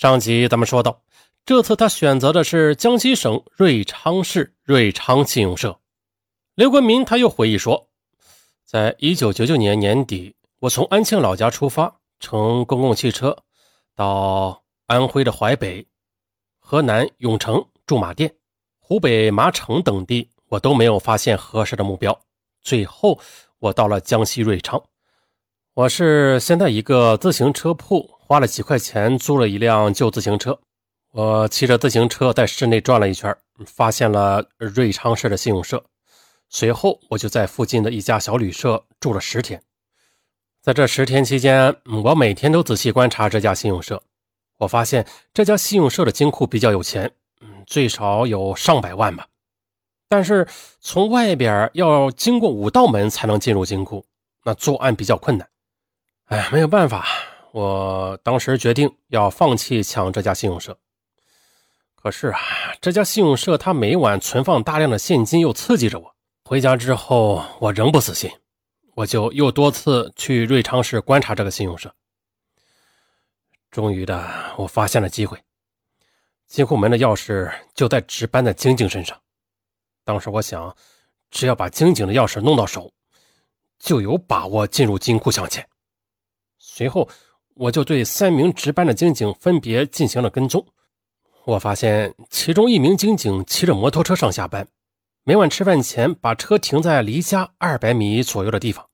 上集咱们说到，这次他选择的是江西省瑞昌市瑞昌信用社。刘国民他又回忆说，在1999年年底，我从安庆老家出发，乘公共汽车到安徽的淮北、河南永城、驻马店、湖北麻城等地，我都没有发现合适的目标。最后我到了江西瑞昌，我是先在一个自行车铺花了几块钱租了一辆旧自行车，我骑着自行车在市内转了一圈，发现了瑞昌市的信用社。随后我就在附近的一家小旅社住了10天。在这10天期间，我每天都仔细观察这家信用社。我发现这家信用社的金库比较有钱，最少有上百万吧。但是从外边要经过5道门才能进入金库，那作案比较困难。没有办法，我当时决定要放弃抢这家信用社。可是这家信用社它每晚存放大量的现金，又刺激着我。回家之后我仍不死心，我就又多次去瑞昌市观察这个信用社。终于的，我发现了机会，金库门的钥匙就在值班的经警身上。当时我想，只要把经警的钥匙弄到手，就有把握进入金库抢钱。随后我就对3名值班的经警分别进行了跟踪。我发现其中1名经警骑着摩托车上下班，每晚吃饭前把车停在离家200米左右的地方。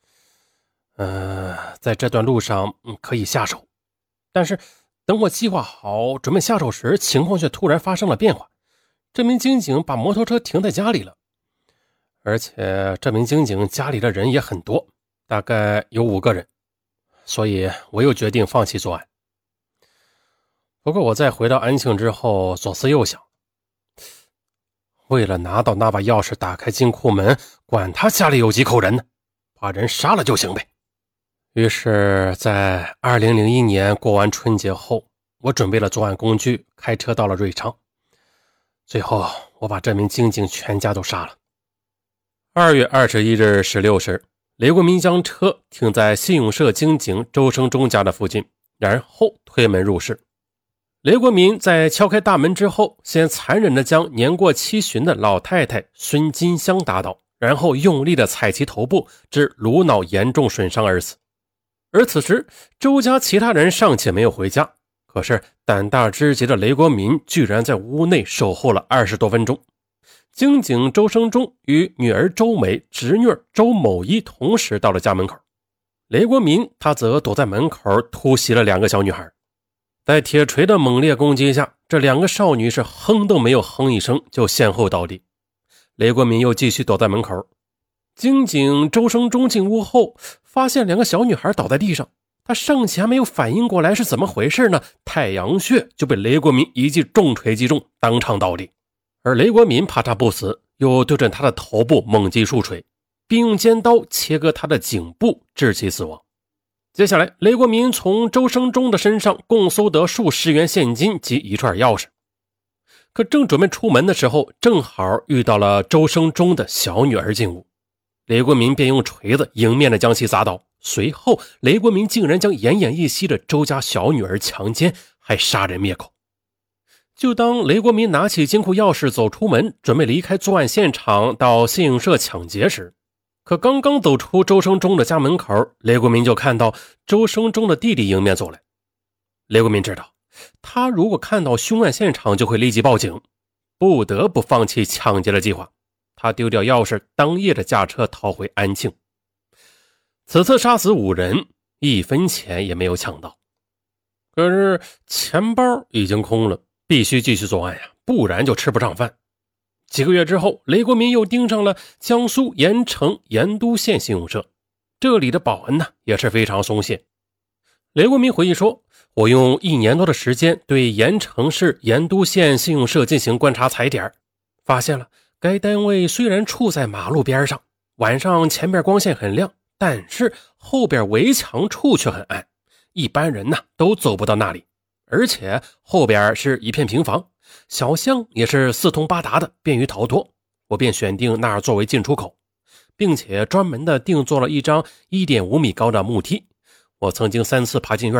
在这段路上可以下手，但是等我计划好准备下手时，情况却突然发生了变化。这名经警把摩托车停在家里了，而且这名经警家里的人也很多，大概有5个人，所以我又决定放弃作案。不过我在回到安庆之后，左思右想，为了拿到那把钥匙打开金库门，管他家里有几口人呢，把人杀了就行呗。于是在2001年过完春节后，我准备了作案工具，开车到了瑞昌。最后我把这名经警全家都杀了。2月21日16时，雷国民将车停在信用社经警周生忠家的附近，然后推门入室。雷国民在敲开大门之后，先残忍地将年过70旬的老太太孙金香打倒，然后用力地踩其头部，致颅脑严重损伤而死。而此时周家其他人尚且没有回家，可是胆大之极的雷国民居然在屋内守候了20多分钟。经警周生忠与女儿周美、侄女周某一同时到了家门口，雷国民他则躲在门口突袭了2个小女孩。在铁锤的猛烈攻击下，这2个少女是哼都没有哼一声就先后倒地。雷国民又继续躲在门口。经警周生忠进屋后，发现2个小女孩倒在地上，他尚且还没有反应过来是怎么回事呢，太阳穴就被雷国民一记重锤击中，当场倒地。而雷国民怕他不死，又对准他的头部猛击数锤，并用尖刀切割他的颈部，致其死亡。接下来雷国民从周生忠的身上共搜得数十元现金及一串钥匙。可正准备出门的时候，正好遇到了周生忠的小女儿进屋，雷国民便用锤子迎面的将其砸倒。随后雷国民竟然将奄奄一息的周家小女儿强奸，还杀人灭口。就当雷国民拿起金库钥匙走出门，准备离开作案现场到信用社抢劫时，可刚刚走出周生忠的家门口，雷国民就看到周生忠的弟弟迎面走来。雷国民知道，他如果看到凶案现场就会立即报警，不得不放弃抢劫的计划。他丢掉钥匙，当夜的驾车逃回安庆。此次杀死5人，1分钱也没有抢到。可是钱包已经空了，必须继续作案呀，不然就吃不上饭。几个月之后，雷国民又盯上了江苏盐城盐都县信用社，这里的保安呢也是非常松懈。雷国民回忆说，我用1年多的时间对盐城市盐都县信用社进行观察踩点，发现了该单位虽然处在马路边上，晚上前边光线很亮，但是后边围墙处却很暗，一般人呢都走不到那里，而且后边是一片平房，小巷也是四通八达的，便于逃脱。我便选定那儿作为进出口，并且专门的定做了一张1.5米高的木梯。我曾经3次爬进院内，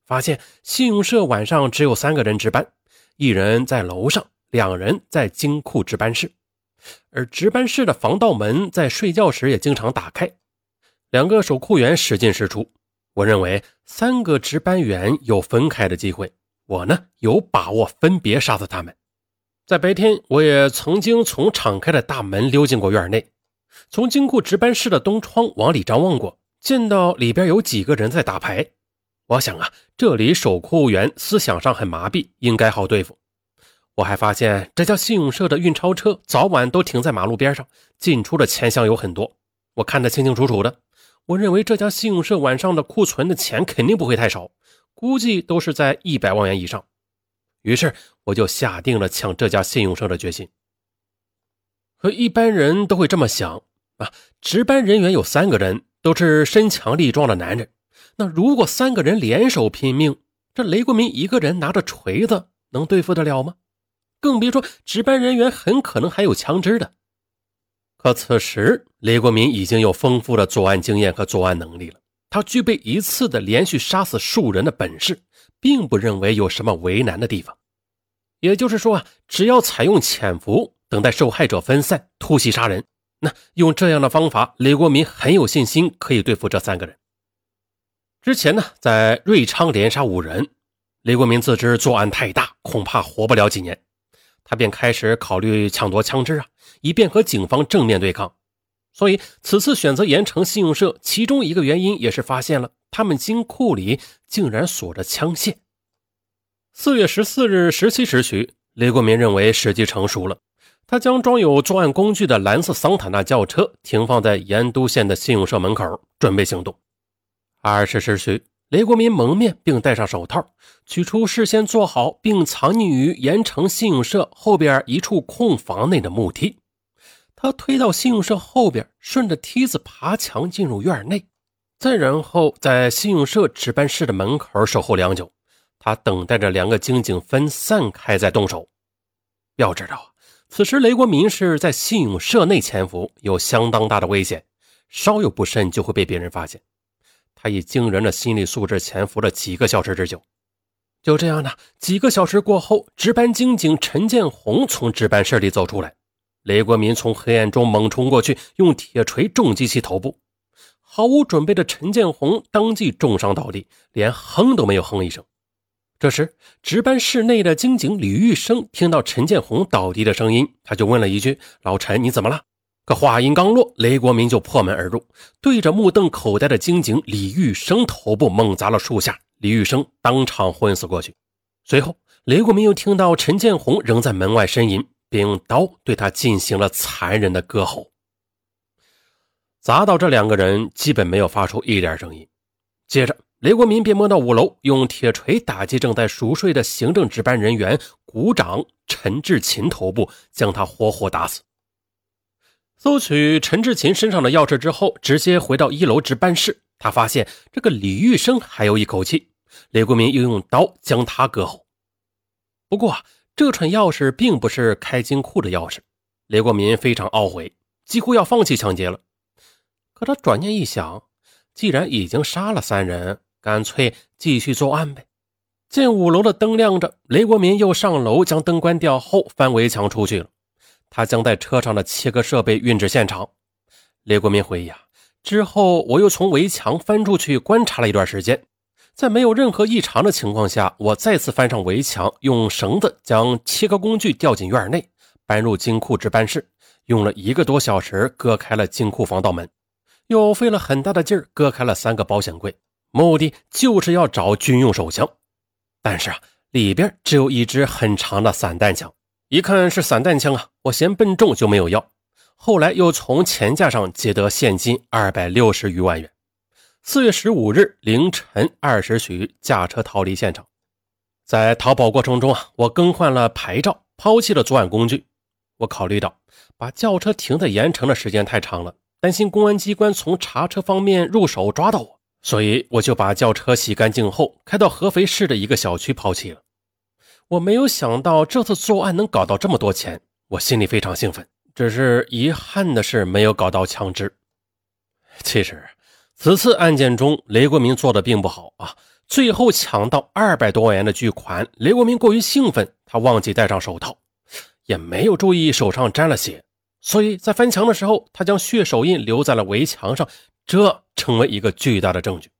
发现信用社晚上只有3个人值班，1人在楼上，2人在金库值班室，而值班室的防盗门在睡觉时也经常打开。2个守库员时进时出，我认为3个值班员有分开的机会，我呢有把握分别杀死他们。在白天，我也曾经从敞开的大门溜进过院内，从金库值班室的东窗往里张望过，见到里边有几个人在打牌。我想啊，这里守库员思想上很麻痹，应该好对付。我还发现这家信用社的运钞车早晚都停在马路边上，进出的钱箱有很多，我看得清清楚楚的。我认为这家信用社晚上的库存的钱肯定不会太少，估计都是在100万元以上。于是我就下定了抢这家信用社的决心。和一般人都会这么想啊，值班人员有3个人，都是身强力壮的男人。那如果3个人联手拼命，这雷国民一个人拿着锤子能对付得了吗？更别说值班人员很可能还有枪支的。可此时雷国民已经有丰富的作案经验和作案能力了，他具备一次的连续杀死数人的本事，并不认为有什么为难的地方。也就是说啊，只要采用潜伏，等待受害者分散，突袭杀人，那用这样的方法，雷国民很有信心可以对付这3个人。之前呢，在瑞昌连杀5人，雷国民自知作案太大，恐怕活不了几年，他便开始考虑抢夺枪支以便和警方正面对抗。所以此次选择盐城信用社，其中一个原因也是发现了他们金库里竟然锁着枪械。4月14日17时许，雷国民认为时机成熟了，他将装有作案工具的蓝色桑塔纳轿车停放在盐都县的信用社门口，准备行动。20时许，雷国民蒙面并戴上手套，取出事先做好并藏匿于盐城信用社后边一处空房内的木梯。他推到信用社后边，顺着梯子爬墙进入院内，再然后在信用社值班室的门口守候良久。他等待着2个警警分散开再动手。要知道此时雷国民是在信用社内潜伏，有相当大的危险，稍有不慎就会被别人发现。他以惊人的心理素质潜伏了几个小时之久。就这样呢，几个小时过后，值班警警陈建红从值班室里走出来，雷国民从黑暗中猛冲过去，用铁锤重击其头部。毫无准备的陈建红当即重伤倒地，连哼都没有哼一声。这时值班室内的警警李玉生听到陈建红倒地的声音，他就问了一句：老陈，你怎么了？可话音刚落，雷国民就破门而入，对着目瞪口呆的警警李玉生头部猛砸了数下，李玉生当场昏死过去。随后雷国民又听到陈建红仍在门外呻吟，便用刀对他进行了残忍的割喉。砸到这2个人基本没有发出一点声音。接着雷国民便摸到5楼，用铁锤打击正在熟睡的行政值班人员股长陈志勤头部，将他活活打死。搜取陈志勤身上的钥匙之后，直接回到1楼值班室，他发现这个李玉生还有一口气，雷国民又用刀将他割喉。不过这串钥匙并不是开金库的钥匙，雷国民非常懊悔，几乎要放弃抢劫了。可他转念一想，既然已经杀了3人，干脆继续作案呗。见5楼的灯亮着，雷国民又上楼将灯关掉后翻围墙出去了。他将在车上的切割设备运至现场。雷国民回忆之后我又从围墙翻出去观察了一段时间，在没有任何异常的情况下，我再次翻上围墙，用绳子将切割工具吊进院内，搬入金库值班室，用了1个多小时割开了金库防盗门，又费了很大的劲儿割开了3个保险柜，目的就是要找军用手枪。但是里边只有一支很长的散弹枪，一看是散弹枪我嫌笨重就没有要。后来又从钱架上劫得现金260余万元。4月15日凌晨20许驾车逃离现场。在逃跑过程中我更换了牌照，抛弃了作案工具。我考虑到把轿车停在盐城的时间太长了，担心公安机关从查车方面入手抓到我，所以我就把轿车洗干净后开到合肥市的一个小区抛弃了。我没有想到这次作案能搞到这么多钱，我心里非常兴奋，只是遗憾的是没有搞到枪支。其实此次案件中雷国民做的并不好最后抢到200多万元的巨款，雷国民过于兴奋，他忘记戴上手套，也没有注意手上沾了血，所以在翻墙的时候，他将血手印留在了围墙上，这成为一个巨大的证据。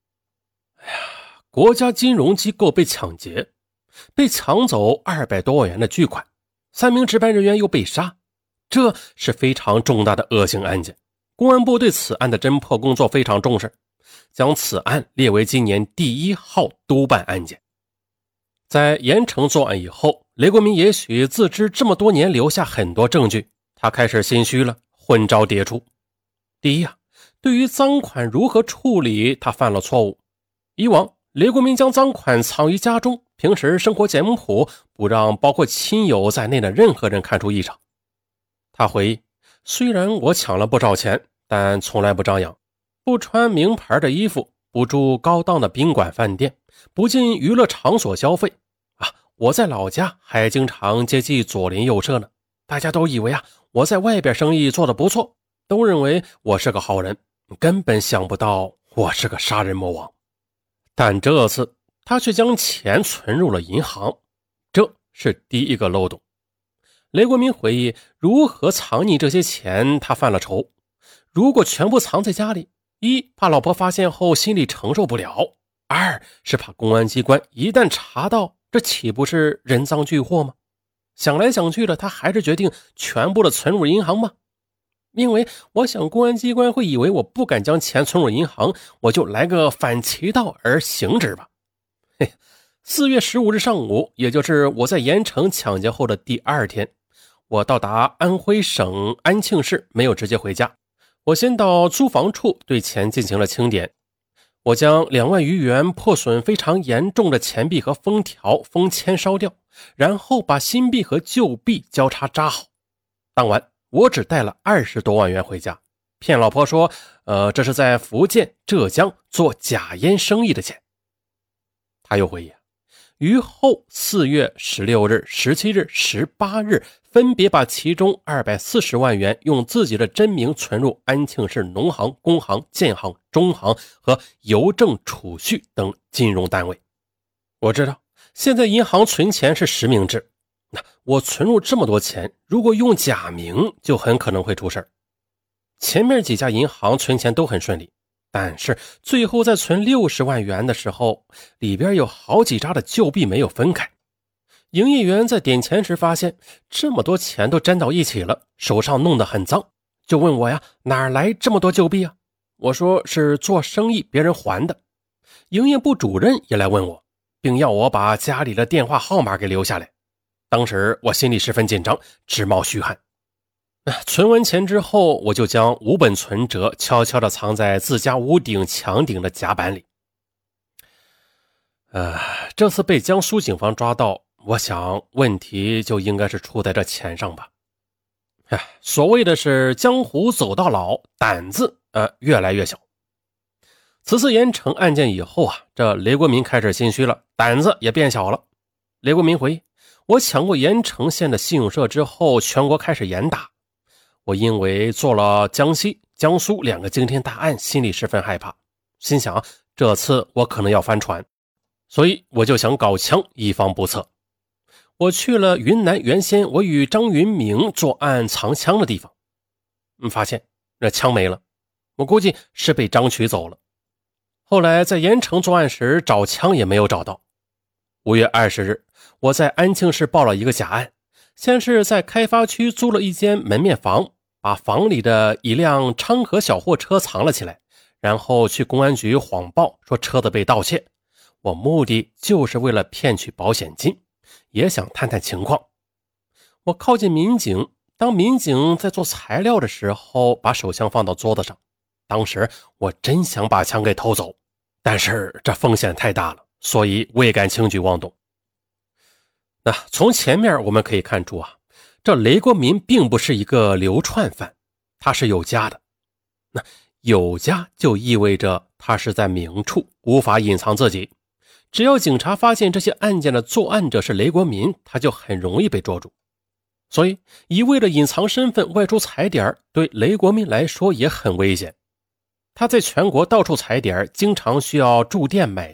国家金融机构被抢劫，被抢走200多万元的巨款，3名值班人员又被杀，这是非常重大的恶性案件。公安部对此案的侦破工作非常重视，将此案列为今年第1号督办案件。在盐城作案以后，雷国民也许自知这么多年留下很多证据，他开始心虚了，昏招迭出。第一对于赃款如何处理，他犯了错误。以往雷国民将赃款藏于家中，平时生活简朴，不让包括亲友在内的任何人看出异常。他回忆，虽然我抢了不少钱，但从来不张扬，不穿名牌的衣服，不住高档的宾馆饭店，不进娱乐场所消费我在老家还经常接济左邻右舍呢。大家都以为我在外边生意做得不错，都认为我是个好人，根本想不到我是个杀人魔王。但这次他却将钱存入了银行，这是第一个漏洞。雷国民回忆，如何藏匿这些钱他犯了愁。如果全部藏在家里，一怕老婆发现后心里承受不了，二是怕公安机关一旦查到，这岂不是人赃俱获吗？想来想去的，他还是决定全部的存入银行吧。因为我想公安机关会以为我不敢将钱存入银行，我就来个反其道而行之吧。4月15日上午，也就是我在盐城抢劫后的第2天，我到达安徽省安庆市，没有直接回家。我先到租房处对钱进行了清点，我将2万余元破损非常严重的钱币和封条、封签烧掉，然后把新币和旧币交叉扎好。当晚我只带了20多万元回家，骗老婆说这是在福建、浙江做假烟生意的钱。他又回忆，于后4月16日、17日、18日分别把其中240万元用自己的真名存入安庆市农行、工行、建行、中行和邮政储蓄等金融单位。我知道现在银行存钱是实名制，我存入这么多钱，如果用假名就很可能会出事。前面几家银行存钱都很顺利，但是最后在存60万元的时候，里边有好几扎的旧币没有分开。营业员在点钱时发现这么多钱都粘到一起了，手上弄得很脏，就问我哪来这么多旧币啊？我说是做生意别人还的。营业部主任也来问我，并要我把家里的电话号码给留下来。当时我心里十分紧张，直冒虚汗。存完钱之后，我就将5本存折悄悄地藏在自家屋顶墙顶的甲板里。这次被江苏警方抓到，我想问题就应该是出在这钱上吧。所谓的是江湖走到老，胆子越来越小。此次盐城案件以后这雷国民开始心虚了，胆子也变小了。雷国民回忆，我抢过盐城县的信用社之后，全国开始严打。我因为做了江西、江苏2个惊天大案，心里十分害怕，心想这次我可能要翻船，所以我就想搞枪以防不测。我去了云南原先我与张云明作案藏枪的地方，发现这枪没了，我估计是被张取走了。后来在盐城作案时找枪也没有找到。5月20日，我在安庆市报了一个假案，先是在开发区租了一间门面房，把房里的一辆昌河小货车藏了起来，然后去公安局谎报说车子被盗窃。我目的就是为了骗取保险金，也想探探情况。我靠近民警，当民警在做材料的时候，把手枪放到桌子上。当时我真想把枪给偷走，但是这风险太大了，所以未敢轻举妄动。从前面我们可以看出这雷国民并不是一个流窜犯，他是有家的。有家就意味着他是在明处，无法隐藏自己。只要警察发现这些案件的作案者是雷国民，他就很容易被捉住。所以一味的隐藏身份外出踩点，对雷国民来说也很危险。他在全国到处踩点，经常需要住店买票，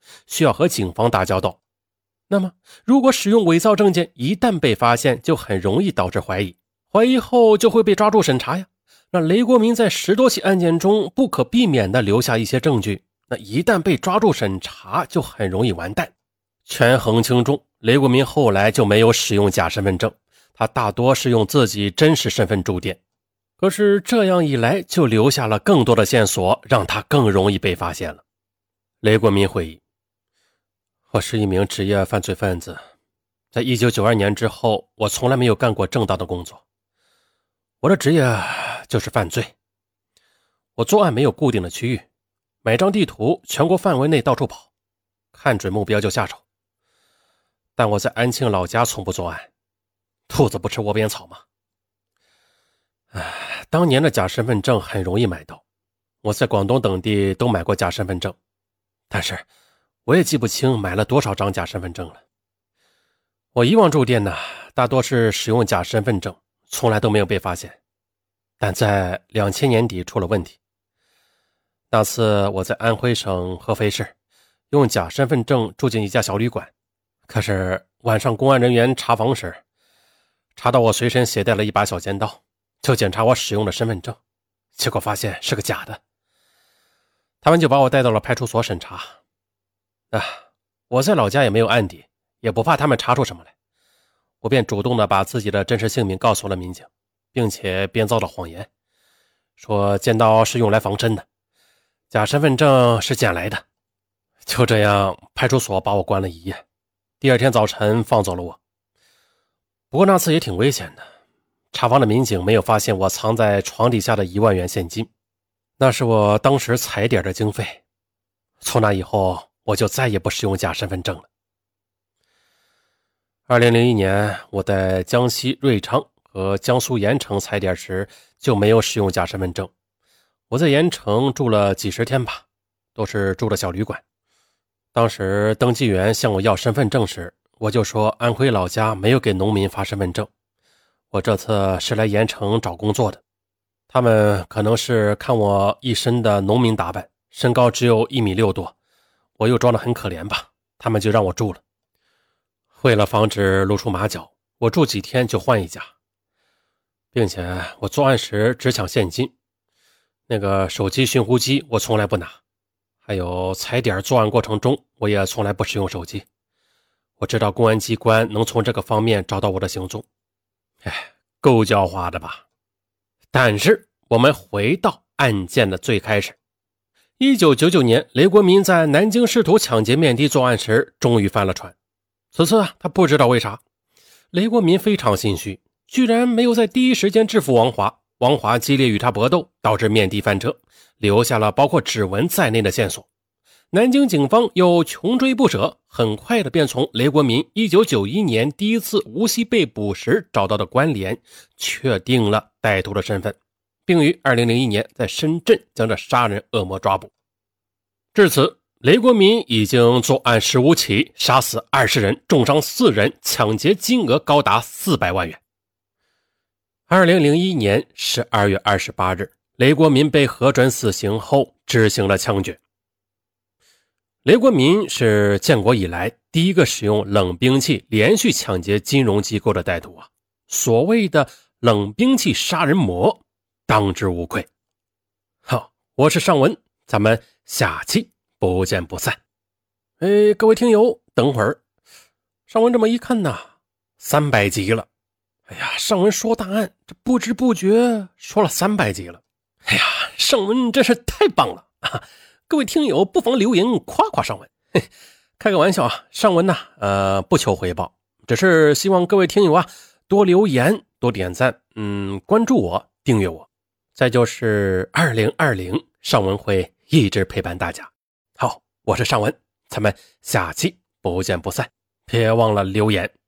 需要和警方打交道。那么如果使用伪造证件一旦被发现，就很容易导致怀疑，怀疑后就会被抓住审查呀。那雷国民在10多起案件中不可避免地留下一些证据，那一旦被抓住审查就很容易完蛋。权衡轻重，雷国民后来就没有使用假身份证，他大多是用自己真实身份住店。可是这样一来就留下了更多的线索，让他更容易被发现了。雷国民回忆，我是一名职业犯罪分子，在1992年之后，我从来没有干过正当的工作。我的职业就是犯罪。我作案没有固定的区域，买张地图，全国范围内到处跑，看准目标就下手。但我在安庆老家从不作案，兔子不吃窝边草嘛。当年的假身份证很容易买到，我在广东等地都买过假身份证，但是我也记不清买了多少张假身份证了。我以往住店呢，大多是使用假身份证，从来都没有被发现。但在2000年底出了问题。那次我在安徽省合肥市用假身份证住进一家小旅馆，可是晚上公安人员查房时，查到我随身携带了一把小尖刀，就检查我使用的身份证，结果发现是个假的。他们就把我带到了派出所审查。我在老家也没有案底，也不怕他们查出什么来，我便主动的把自己的真实姓名告诉了民警，并且编造了谎言，说尖刀是用来防身的，假身份证是捡来的。就这样，派出所把我关了1夜，第2天早晨放走了我。不过那次也挺危险的，查房的民警没有发现我藏在床底下的1万元现金，那是我当时踩点的经费。从那以后，我就再也不使用假身份证了。2001年，我在江西瑞昌和江苏盐城踩点时就没有使用假身份证。我在盐城住了几10天吧，都是住的小旅馆。当时登记员向我要身份证时，我就说安徽老家没有给农民发身份证，我这次是来盐城找工作的。他们可能是看我一身的农民打扮，身高只有1.6米多，我又装得很可怜吧，他们就让我住了。为了防止露出马脚，我住几天就换一家，并且我作案时只抢现金，那个手机寻呼机我从来不拿，还有踩点作案过程中我也从来不使用手机。我知道公安机关能从这个方面找到我的行踪。够狡猾的吧？但是我们回到案件的最开始。1999年，雷国民在南京试图抢劫面的作案时终于翻了船。此次他不知道为啥，雷国民非常心虚，居然没有在第一时间制服王华。王华激烈与他搏斗，导致面的翻车，留下了包括指纹在内的线索。南京警方又穷追不舍，很快的便从雷国民1991年第一次无锡被捕时找到的关联，确定了歹徒的身份，并于2001年在深圳将这杀人恶魔抓捕。至此，雷国民已经作案15起，杀死20人，重伤4人，抢劫金额高达400万元。2001年12月28日，雷国民被核准死刑后执行了枪决。雷国民是建国以来第一个使用冷兵器连续抢劫金融机构的歹徒啊！所谓的冷兵器杀人魔，当之无愧。好，我是尚文，咱们下期不见不散。各位听友，等会儿，尚文这么一看呐，300集了。尚文说大案，这不知不觉说了300集了。尚文真是太棒了啊！各位听友不妨留言夸夸尚文。开个玩笑啊，尚文呢不求回报，只是希望各位听友啊多留言，多点赞，关注我，订阅我。再就是2020，尚文会一直陪伴大家。好，我是尚文，咱们下期不见不散，别忘了留言。